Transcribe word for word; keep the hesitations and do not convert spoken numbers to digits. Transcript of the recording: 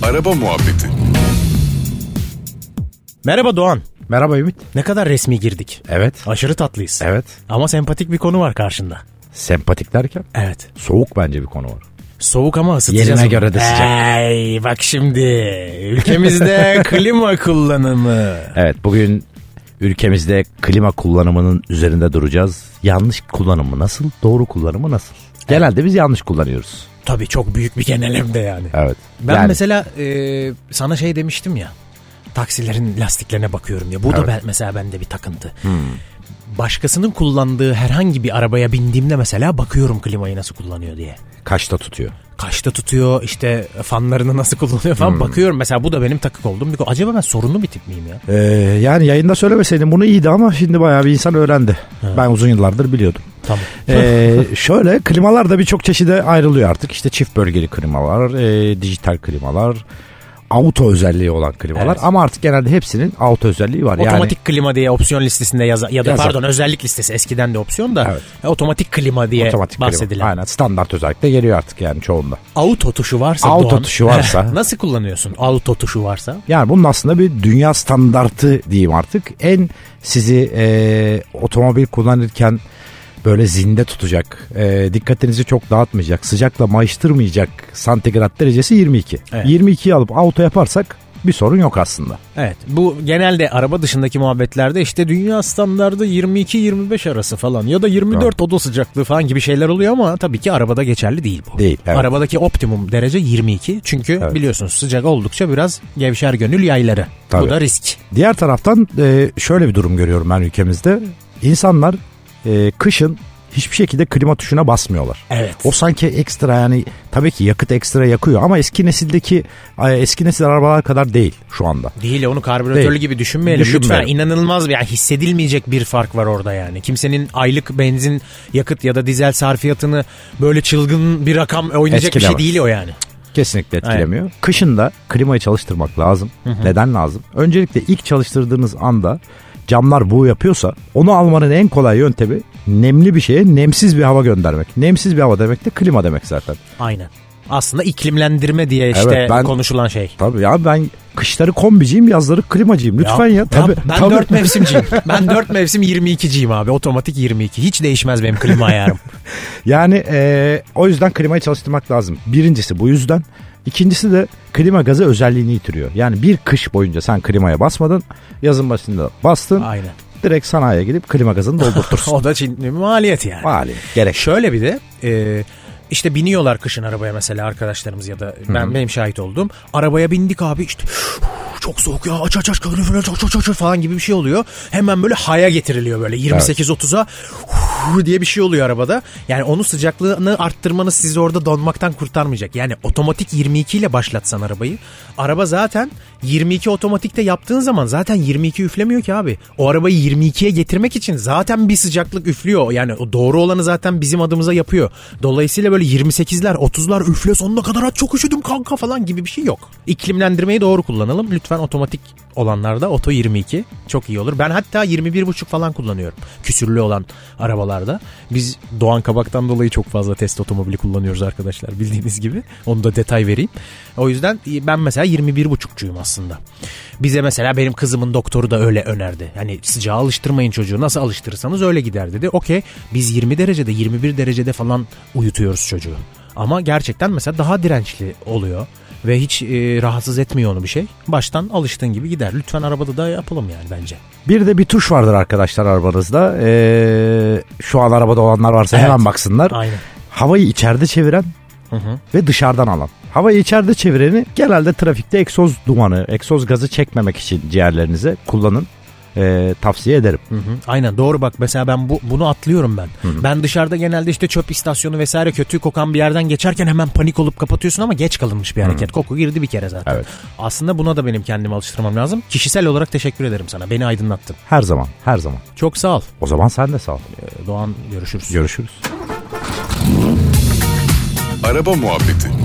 Araba Muhabbeti. Merhaba Doğan. Merhaba Ümit. Ne kadar resmi girdik. Evet. Aşırı tatlıyız. Evet. Ama sempatik bir konu var karşında. Sempatik derken? Evet. Soğuk bence bir konu var. Soğuk ama ısıtacağız. Yerine onu. göre de sıcak. Hey, bak şimdi ülkemizde klima kullanımı. Evet, bugün ülkemizde klima kullanımının üzerinde duracağız. Yanlış kullanımı nasıl, doğru kullanımı nasıl? Genelde biz yanlış kullanıyoruz. Tabii çok büyük bir genelimde yani. Evet. Ben yani, mesela e, sana şey demiştim ya. Taksilerin lastiklerine bakıyorum diye. Bu evet. da ben, mesela bende bir takıntı. Hmm. Başkasının kullandığı herhangi bir arabaya bindiğimde mesela bakıyorum klimayı nasıl kullanıyor diye. Kaçta tutuyor? Kaçta tutuyor, işte fanlarını nasıl kullanıyor falan hmm. bakıyorum. Mesela bu da benim takık olduğum bir konu. Acaba ben sorunlu bir tip miyim ya? Ee, yani yayında söylemeseydin bunu iyiydi ama şimdi bayağı bir insan öğrendi. Ha. Ben uzun yıllardır biliyordum. Tamam. Ee, şöyle klimalar da birçok çeşide ayrılıyor artık. İşte çift bölgeli klimalar, e, dijital klimalar, auto özelliği olan klimalar, evet. Ama artık genelde hepsinin auto özelliği var. Otomatik yani, klima diye opsiyon listesinde yazar ya da yazar. Pardon özellik listesi, eskiden de opsiyon da evet. Otomatik klima diye otomatik bahsedilen. Klima. Aynen, standart özellikle geliyor artık yani çoğunda. Auto tuşu varsa Auto Doğan, tuşu varsa. Nasıl kullanıyorsun auto tuşu varsa? Yani bunun aslında bir dünya standartı diyeyim artık. En sizi e, otomobil kullanırken böyle zinde tutacak, e, dikkatinizi çok dağıtmayacak, sıcakla mayıştırmayacak santigrat derecesi yirmi iki. Evet. yirmi ikiyi alıp auto yaparsak bir sorun yok aslında. Evet, bu genelde araba dışındaki muhabbetlerde işte dünya standardı yirmi iki yirmi beş arası falan ya da yirmi dört evet. oda sıcaklığı falan gibi şeyler oluyor ama tabii ki arabada geçerli değil bu. Değil. Evet. Arabadaki optimum derece yirmi iki çünkü evet. biliyorsunuz sıcak oldukça biraz gevşer gönül yayları. Tabii. Bu da risk. Diğer taraftan e, şöyle bir durum görüyorum ben ülkemizde. İnsanlar e, kışın hiçbir şekilde klima tuşuna basmıyorlar. Evet. O sanki ekstra, yani tabii ki yakıt ekstra yakıyor ama eski nesildeki eski nesil arabalar kadar değil şu anda. Değil, onu karbüratörlü değil. gibi düşünmeyelim. Lütfen, inanılmaz bir, yani hissedilmeyecek bir fark var orada yani. Kimsenin aylık benzin, yakıt ya da dizel sarfiyatını böyle çılgın bir rakam oynayacak bir şey değil o yani. Kesinlikle etkilemiyor. Aynen. Kışın da klimayı çalıştırmak lazım. Hı hı. Neden lazım? Öncelikle ilk çalıştırdığınız anda camlar buğu yapıyorsa onu almanın en kolay yöntemi nemli bir şeye nemsiz bir hava göndermek. Nemsiz bir hava demek de klima demek zaten. Aynen. Aslında iklimlendirme diye işte evet, ben, konuşulan şey. Tabii ya, ben kışları kombiciyim, yazları klimacıyım. Lütfen ya. ya tabii, ben tabii. dört mevsimciyim. Ben dört mevsim yirmi ikiciyim abi. Otomatik yirmi iki. Hiç değişmez benim klima ayarım. Yani e, o yüzden klimayı çalıştırmak lazım. Birincisi bu yüzden. İkincisi de klima gazı özelliğini yitiriyor. Yani bir kış boyunca sen klimaya basmadın, yazın başında bastın. Aynen. Direkt sanayiye gidip klima gazını doldurtursun. O da Çin, maliyet yani. Maliyet. Gerek. Şöyle bir de e, işte biniyorlar kışın arabaya mesela arkadaşlarımız ya da ben Hı-hı. benim şahit olduğum. Arabaya bindik abi, işte çok soğuk ya, aç aç aç aç aç aç falan gibi bir şey oluyor. Hemen böyle haya getiriliyor, böyle yirmi sekiz otuza diye bir şey oluyor arabada. Yani onun sıcaklığını arttırmanız sizi orada donmaktan kurtarmayacak. Yani otomatik yirmi iki ile başlatsan arabayı. Araba zaten yirmi iki otomatikte yaptığın zaman zaten yirmi iki üflemiyor ki abi. O arabayı yirmi ikiye getirmek için zaten bir sıcaklık üflüyor. Yani o doğru olanı zaten bizim adımıza yapıyor. Dolayısıyla böyle yirmi sekizler otuzlar üfle sonuna kadar, aç çok üşüdüm kanka falan gibi bir şey yok. İklimlendirmeyi doğru kullanalım. Lütfen otomatik olanlarda oto yirmi iki çok iyi olur. Ben hatta yirmi bir buçuk falan kullanıyorum. Küsürlü olan arabalarda. Biz Doğan Kabak'tan dolayı çok fazla test otomobili kullanıyoruz arkadaşlar, bildiğiniz gibi. Onu da detay vereyim. O yüzden ben mesela yirmi bir buçukçuyum aslında. Bize mesela benim kızımın doktoru da öyle önerdi. Yani sıcağa alıştırmayın çocuğu. Nasıl alıştırırsanız öyle gider dedi. Okey, biz yirmi derecede yirmi bir derecede falan uyutuyoruz çocuğu. Ama gerçekten mesela daha dirençli oluyor. Ve hiç e, rahatsız etmiyor onu bir şey. Baştan alıştığın gibi gider. Lütfen arabada da yapalım yani bence. Bir de bir tuş vardır arkadaşlar arabanızda. Ee, şu an arabada olanlar varsa evet, hemen baksınlar. Aynen. Havayı içeride çeviren hı hı. ve dışarıdan alan. Havayı içeride çevireni genelde trafikte egzoz dumanı, egzoz gazı çekmemek için ciğerlerinize kullanın. E, tavsiye ederim. Hı hı. Aynen doğru, bak mesela ben bu, bunu atlıyorum ben. Hı hı. Ben dışarıda genelde işte çöp istasyonu vesaire kötü kokan bir yerden geçerken hemen panik olup kapatıyorsun ama geç kalınmış bir hareket. Hı hı. Koku girdi bir kere zaten. Evet. Aslında buna da benim kendimi alıştırmam lazım. Kişisel olarak teşekkür ederim sana. Beni aydınlattın. Her zaman, her zaman. Çok sağ ol. O zaman sen de sağ ol. Doğan, görüşürüz. Görüşürüz. Araba Muhabbeti.